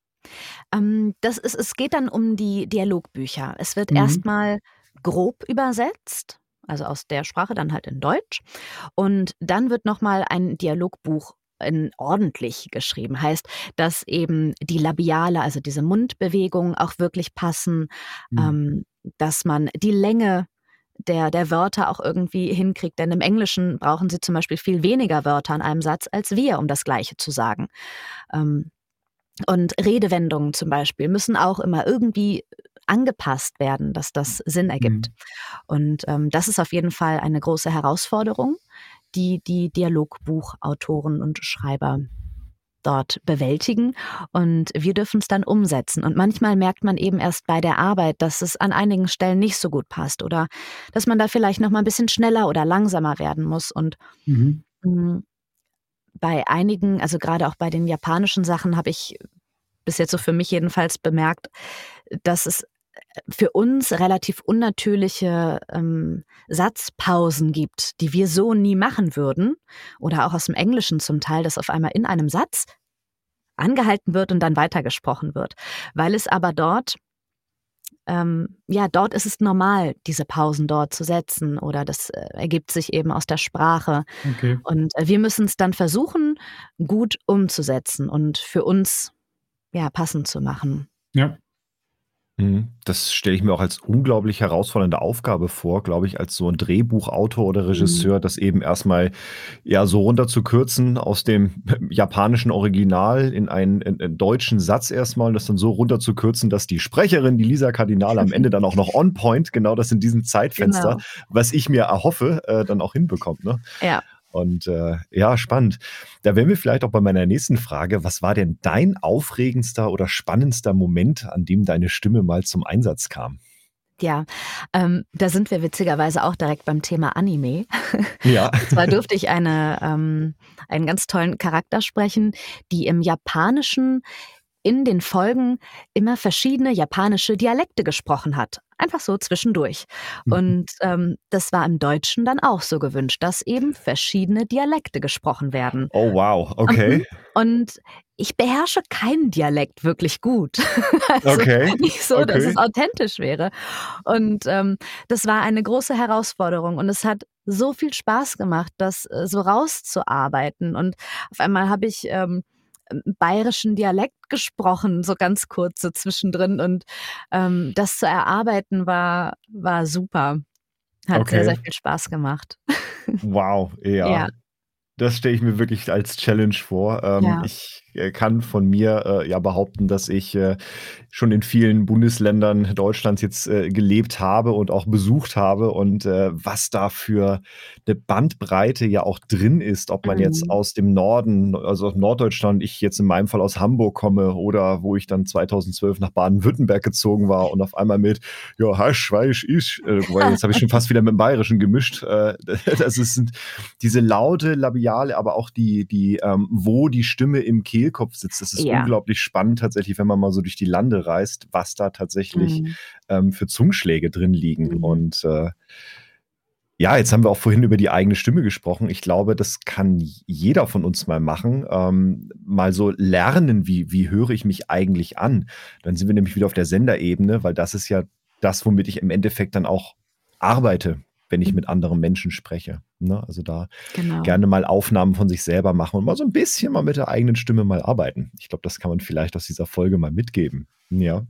Speaker 3: Es geht dann um die Dialogbücher. Es wird erstmal grob übersetzt, also aus der Sprache dann halt in Deutsch. Und dann wird nochmal ein Dialogbuch ordentlich geschrieben. Heißt, dass eben die Labiale, also diese Mundbewegungen auch wirklich passen, dass man die Länge der Wörter auch irgendwie hinkriegt. Denn im Englischen brauchen sie zum Beispiel viel weniger Wörter in einem Satz als wir, um das Gleiche zu sagen. Und Redewendungen zum Beispiel müssen auch immer irgendwie angepasst werden, dass das Sinn ergibt. Und das ist auf jeden Fall eine große Herausforderung, die Dialogbuchautoren und Schreiber dort bewältigen, und wir dürfen es dann umsetzen. Und manchmal merkt man eben erst bei der Arbeit, dass es an einigen Stellen nicht so gut passt oder dass man da vielleicht noch mal ein bisschen schneller oder langsamer werden muss. Und bei einigen, also gerade auch bei den japanischen Sachen, habe ich bis jetzt so für mich jedenfalls bemerkt, dass es für uns relativ unnatürliche Satzpausen gibt, die wir so nie machen würden. Oder auch aus dem Englischen zum Teil, dass auf einmal in einem Satz angehalten wird und dann weitergesprochen wird. Weil es aber dort ist es normal, diese Pausen dort zu setzen, oder das ergibt sich eben aus der Sprache.
Speaker 5: Okay.
Speaker 3: Und wir müssen es dann versuchen, gut umzusetzen und für uns passend zu machen.
Speaker 5: Ja.
Speaker 1: Das stelle ich mir auch als unglaublich herausfordernde Aufgabe vor, glaube ich, als so ein Drehbuchautor oder Regisseur, das eben erstmal so runterzukürzen aus dem japanischen Original in einen deutschen Satz erstmal, das dann so runterzukürzen, dass die Sprecherin, die Lisa Cardinale, am Ende dann auch noch on point, genau das in diesem Zeitfenster, was ich mir erhoffe, dann auch hinbekommt. Ne?
Speaker 3: Ja.
Speaker 1: Und spannend. Da wären wir vielleicht auch bei meiner nächsten Frage. Was war denn dein aufregendster oder spannendster Moment, an dem deine Stimme mal zum Einsatz kam?
Speaker 3: Ja, da sind wir witzigerweise auch direkt beim Thema Anime.
Speaker 1: Ja.
Speaker 3: Und zwar durfte ich einen ganz tollen Charakter sprechen, die im Japanischen in den Folgen immer verschiedene japanische Dialekte gesprochen hat. Einfach so zwischendurch. Und das war im Deutschen dann auch so gewünscht, dass eben verschiedene Dialekte gesprochen werden.
Speaker 1: Oh wow, okay.
Speaker 3: Und ich beherrsche keinen Dialekt wirklich gut. Also
Speaker 1: Okay.
Speaker 3: nicht so, dass
Speaker 1: Okay.
Speaker 3: es authentisch wäre. Und das war eine große Herausforderung. Und es hat so viel Spaß gemacht, das so rauszuarbeiten. Und auf einmal habe ich bayerischen Dialekt gesprochen, so ganz kurz so zwischendrin. Und das zu erarbeiten war super. Hat sehr, sehr viel Spaß gemacht.
Speaker 1: Wow, ja.
Speaker 3: Ja.
Speaker 1: Das stelle ich mir wirklich als Challenge vor.
Speaker 3: Ja.
Speaker 1: Ich kann von mir behaupten, dass ich schon in vielen Bundesländern Deutschlands jetzt gelebt habe und auch besucht habe, und was da für eine Bandbreite ja auch drin ist, ob man jetzt aus dem Norden, also aus Norddeutschland, ich jetzt in meinem Fall aus Hamburg komme, oder wo ich dann 2012 nach Baden-Württemberg gezogen war und auf einmal mit hasch, weiß ich, wobei jetzt habe ich schon fast wieder mit dem Bayerischen gemischt. Das sind diese laute, labiale, aber auch die wo die Stimme im Kehlkopf sitzt. Das ist unglaublich spannend tatsächlich, wenn man mal so durch die Lande reist, was da tatsächlich für Zungenschläge drin liegen. Und jetzt haben wir auch vorhin über die eigene Stimme gesprochen. Ich glaube, das kann jeder von uns mal machen. Mal so lernen, wie höre ich mich eigentlich an. Dann sind wir nämlich wieder auf der Senderebene, weil das ist ja das, womit ich im Endeffekt dann auch arbeite, wenn ich mit anderen Menschen spreche. Ne? Also da gerne mal Aufnahmen von sich selber machen und mal so ein bisschen mal mit der eigenen Stimme mal arbeiten. Ich glaube, das kann man vielleicht aus dieser Folge mal mitgeben. Ja.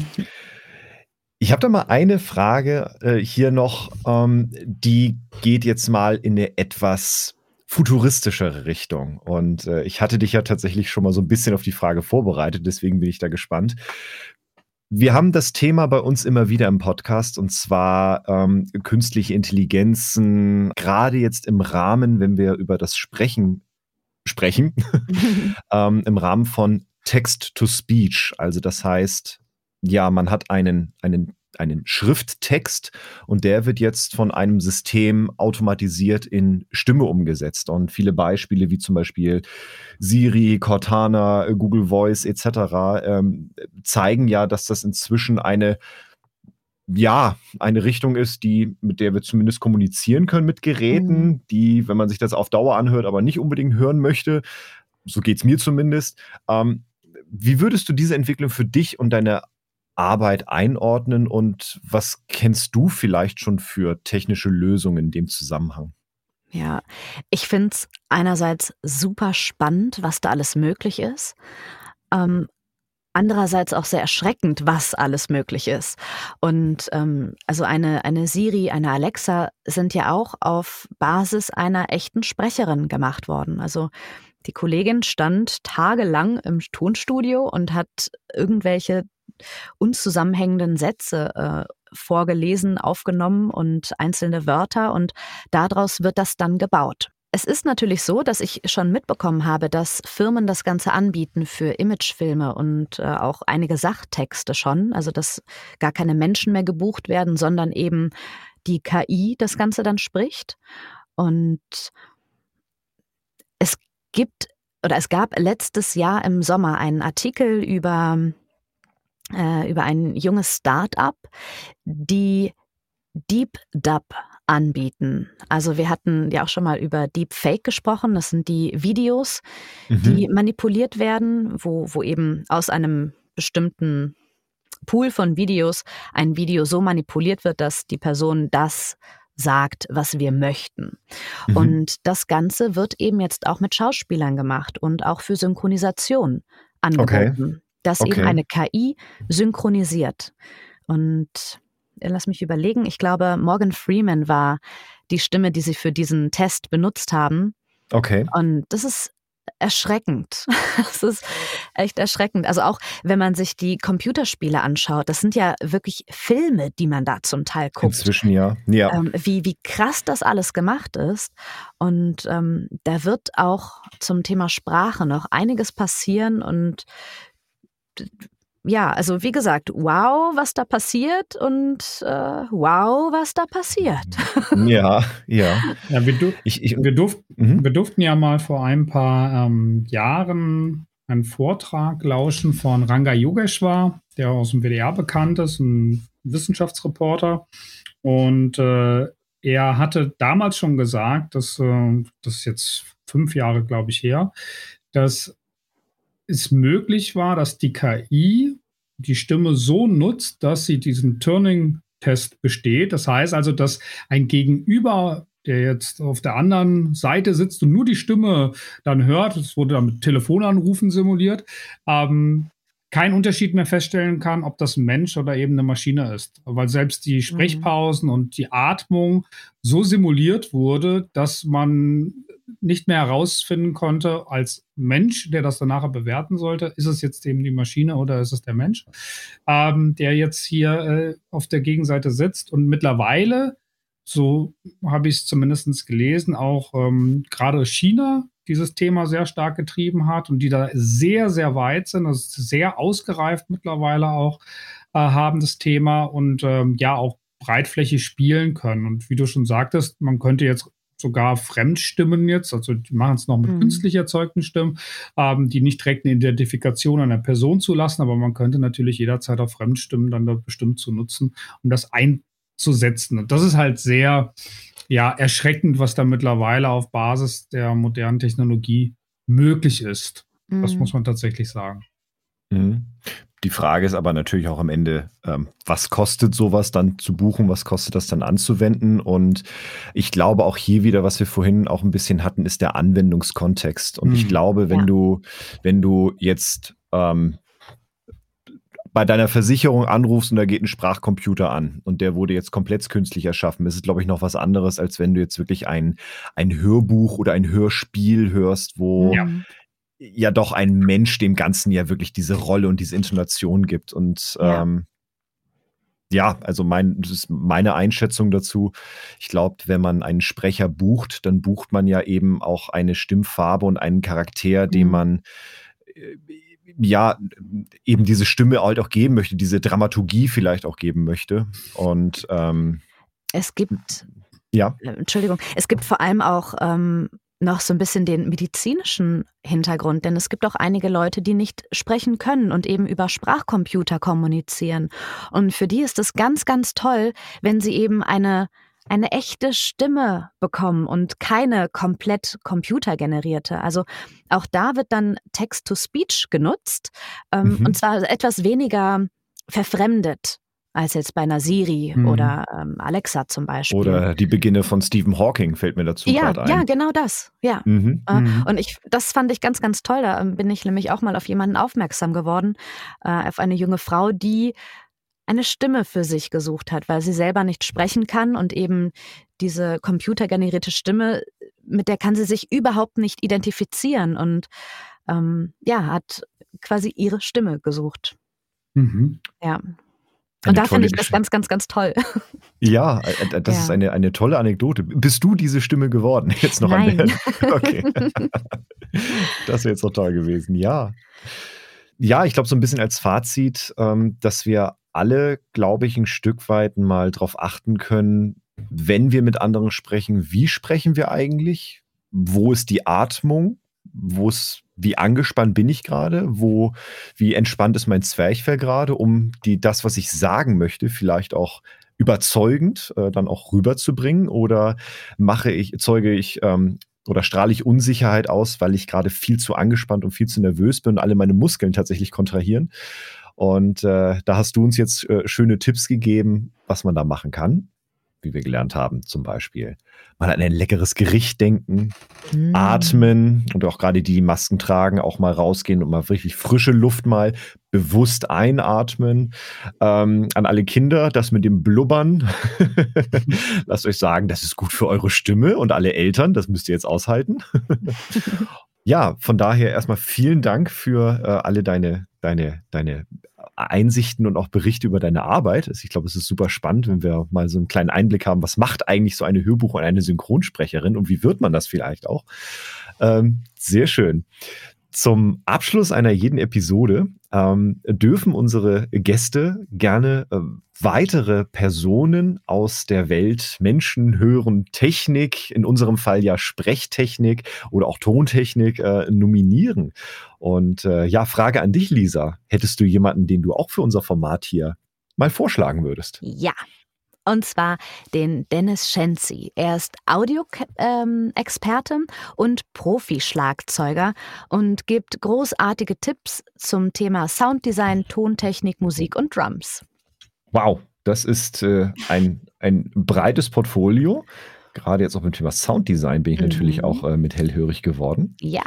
Speaker 1: Ich habe da mal eine Frage hier noch, die geht jetzt mal in eine etwas futuristischere Richtung. Und ich hatte dich ja tatsächlich schon mal so ein bisschen auf die Frage vorbereitet, deswegen bin ich da gespannt. Wir haben das Thema bei uns immer wieder im Podcast, und zwar künstliche Intelligenzen, gerade jetzt im Rahmen, wenn wir über das Sprechen sprechen, im Rahmen von Text-to-Speech. Also das heißt, man hat einen Schrifttext, und der wird jetzt von einem System automatisiert in Stimme umgesetzt. Und viele Beispiele wie zum Beispiel Siri, Cortana, Google Voice etc. Zeigen ja, dass das inzwischen eine Richtung ist, mit der wir zumindest kommunizieren können mit Geräten, die, wenn man sich das auf Dauer anhört, aber nicht unbedingt hören möchte. So geht es mir zumindest. Wie würdest du diese Entwicklung für dich und deine Arbeit einordnen, und was kennst du vielleicht schon für technische Lösungen in dem Zusammenhang?
Speaker 3: Ja, ich finde es einerseits super spannend, was da alles möglich ist. andererseits auch sehr erschreckend, was alles möglich ist. Und also eine Siri, eine Alexa sind ja auch auf Basis einer echten Sprecherin gemacht worden. Also die Kollegin stand tagelang im Tonstudio und hat irgendwelche unzusammenhängenden Sätze vorgelesen, aufgenommen und einzelne Wörter, und daraus wird das dann gebaut. Es ist natürlich so, dass ich schon mitbekommen habe, dass Firmen das Ganze anbieten für Imagefilme und auch einige Sachtexte schon, also dass gar keine Menschen mehr gebucht werden, sondern eben die KI das Ganze dann spricht. Und es gab letztes Jahr im Sommer einen Artikel über ein junges Start-up, die Deep Dub anbieten. Also wir hatten ja auch schon mal über Deepfake gesprochen. Das sind die Videos, die manipuliert werden, wo eben aus einem bestimmten Pool von Videos ein Video so manipuliert wird, dass die Person das sagt, was wir möchten. Und das Ganze wird eben jetzt auch mit Schauspielern gemacht und auch für Synchronisation angeboten, dass eben eine KI synchronisiert. Und lass mich überlegen, ich glaube, Morgan Freeman war die Stimme, die sie für diesen Test benutzt haben.
Speaker 1: Okay.
Speaker 3: Und das ist erschreckend. Das ist echt erschreckend. Also auch, wenn man sich die Computerspiele anschaut, das sind ja wirklich Filme, die man da zum Teil guckt.
Speaker 1: Inzwischen ja.
Speaker 3: Wie krass das alles gemacht ist. Und da wird auch zum Thema Sprache noch einiges passieren. Und ja, also wie gesagt, wow, was da passiert, und wow, was da passiert.
Speaker 1: Ja.
Speaker 5: Wir durften ja mal vor ein paar Jahren einen Vortrag lauschen von Ranga Yogeshwar, der aus dem WDR bekannt ist, ein Wissenschaftsreporter. Und er hatte damals schon gesagt, das ist jetzt 5 Jahre, glaube ich, her, dass es möglich war, dass die KI die Stimme so nutzt, dass sie diesen Turing-Test besteht. Das heißt also, dass ein Gegenüber, der jetzt auf der anderen Seite sitzt und nur die Stimme dann hört, das wurde dann mit Telefonanrufen simuliert, keinen Unterschied mehr feststellen kann, ob das ein Mensch oder eben eine Maschine ist. Weil selbst die Sprechpausen und die Atmung so simuliert wurde, dass man nicht mehr herausfinden konnte als Mensch, der das dann nachher bewerten sollte, ist es jetzt eben die Maschine oder ist es der Mensch, der jetzt hier auf der Gegenseite sitzt. Und mittlerweile, so habe ich es zumindest gelesen, auch gerade China dieses Thema sehr stark getrieben hat und die da sehr, sehr weit sind, also sehr ausgereift mittlerweile auch haben das Thema und auch breitflächig spielen können. Und wie du schon sagtest, man könnte jetzt sogar Fremdstimmen jetzt, also die machen es noch mit künstlich erzeugten Stimmen, die nicht direkt eine Identifikation einer Person zulassen, aber man könnte natürlich jederzeit auch Fremdstimmen dann da bestimmt zu nutzen, um das einzusetzen. Und das ist halt sehr erschreckend, was da mittlerweile auf Basis der modernen Technologie möglich ist. Das muss man tatsächlich sagen.
Speaker 1: Die Frage ist aber natürlich auch am Ende, was kostet sowas dann zu buchen, was kostet das dann anzuwenden? Und ich glaube auch hier wieder, was wir vorhin auch ein bisschen hatten, ist der Anwendungskontext. Und ich glaube, wenn du jetzt bei deiner Versicherung anrufst und da geht ein Sprachcomputer an und der wurde jetzt komplett künstlich erschaffen, ist es, glaube ich, noch was anderes, als wenn du jetzt wirklich ein Hörbuch oder ein Hörspiel hörst, wo ja doch ein Mensch dem Ganzen ja wirklich diese Rolle und diese Intonation gibt. Und also das ist meine Einschätzung dazu. Ich glaube, wenn man einen Sprecher bucht, dann bucht man ja eben auch eine Stimmfarbe und einen Charakter, dem man eben diese Stimme halt auch geben möchte, diese Dramaturgie vielleicht auch geben möchte. Und
Speaker 3: es gibt vor allem auch noch so ein bisschen den medizinischen Hintergrund, denn es gibt auch einige Leute, die nicht sprechen können und eben über Sprachcomputer kommunizieren. Und für die ist es ganz, ganz toll, wenn sie eben eine echte Stimme bekommen und keine komplett computergenerierte. Also auch da wird dann Text-to-Speech genutzt, und zwar etwas weniger verfremdet. als jetzt bei einer Siri oder Alexa zum Beispiel.
Speaker 1: Oder die Beginne von Stephen Hawking fällt mir dazu gerade ein.
Speaker 3: Ja, genau das. Ja. Und das fand ich ganz, ganz toll. Da bin ich nämlich auch mal auf jemanden aufmerksam geworden, auf eine junge Frau, die eine Stimme für sich gesucht hat, weil sie selber nicht sprechen kann und eben diese computergenerierte Stimme, mit der kann sie sich überhaupt nicht identifizieren und hat quasi ihre Stimme gesucht. Ja. Und da fand ich das ganz, ganz, ganz toll.
Speaker 1: Ja, das ist eine tolle Anekdote. Bist du diese Stimme geworden? Jetzt noch
Speaker 3: Nein.
Speaker 1: Okay. Das wäre jetzt noch toll gewesen, ja. Ja, ich glaube so ein bisschen als Fazit, dass wir alle, glaube ich, ein Stück weit mal drauf achten können, wenn wir mit anderen sprechen, wie sprechen wir eigentlich? Wo ist die Atmung? Wie angespannt bin ich gerade? Wie entspannt ist mein Zwerchfell gerade, um das, was ich sagen möchte, vielleicht auch überzeugend dann auch rüberzubringen? Oder oder strahle ich Unsicherheit aus, weil ich gerade viel zu angespannt und viel zu nervös bin und alle meine Muskeln tatsächlich kontrahieren? Und da hast du uns jetzt schöne Tipps gegeben, was man da machen kann, wie wir gelernt haben, zum Beispiel mal an ein leckeres Gericht denken, atmen und auch gerade die Masken tragen, auch mal rausgehen und mal wirklich frische Luft mal bewusst einatmen. An alle Kinder, das mit dem Blubbern, lasst euch sagen, das ist gut für eure Stimme, und alle Eltern, das müsst ihr jetzt aushalten. Ja, von daher erstmal vielen Dank für alle deine Einsichten und auch Berichte über deine Arbeit. Ich glaube, es ist super spannend, wenn wir mal so einen kleinen Einblick haben, was macht eigentlich so eine Hörbuch- und eine Synchronsprecherin und wie wird man das vielleicht auch? Sehr schön. Zum Abschluss einer jeden Episode dürfen unsere Gäste gerne weitere Personen aus der Welt, Menschen, Hören, Technik, in unserem Fall ja Sprechtechnik oder auch Tontechnik nominieren. Und Frage an dich, Lisa. Hättest du jemanden, den du auch für unser Format hier mal vorschlagen würdest?
Speaker 3: Ja. Und zwar den Dennis Schenzi. Er ist Audio-Experte und Profi-Schlagzeuger und gibt großartige Tipps zum Thema Sounddesign, Tontechnik, Musik und Drums.
Speaker 1: Wow, das ist ein breites Portfolio. Gerade jetzt auch mit dem Thema Sounddesign bin ich natürlich auch mit hellhörig geworden.
Speaker 3: Ja.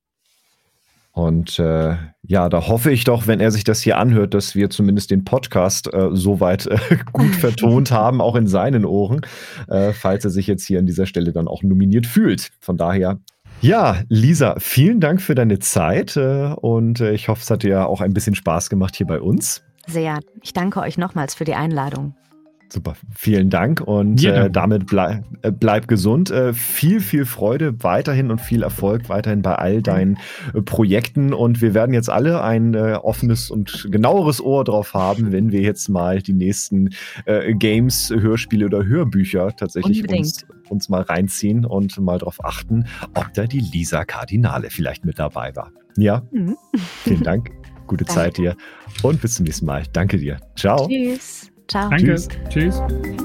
Speaker 1: Und da hoffe ich doch, wenn er sich das hier anhört, dass wir zumindest den Podcast soweit gut vertont haben, auch in seinen Ohren, falls er sich jetzt hier an dieser Stelle dann auch nominiert fühlt. Von daher, ja, Lisa, vielen Dank für deine Zeit und ich hoffe, es hat dir auch ein bisschen Spaß gemacht hier bei uns.
Speaker 3: Sehr. Ich danke euch nochmals für die Einladung.
Speaker 1: Super, vielen Dank und damit bleib gesund. Viel, viel Freude weiterhin und viel Erfolg weiterhin bei all deinen Projekten, und wir werden jetzt alle ein offenes und genaueres Ohr drauf haben, wenn wir jetzt mal die nächsten Games, Hörspiele oder Hörbücher tatsächlich uns mal reinziehen und mal darauf achten, ob da die Lisa Cardinale vielleicht mit dabei war. Ja, vielen Dank, gute Zeit dir und bis zum nächsten Mal. Danke dir. Ciao.
Speaker 3: Tschüss. Ciao.
Speaker 5: Danke.
Speaker 1: Tschüss.
Speaker 5: Tschüss.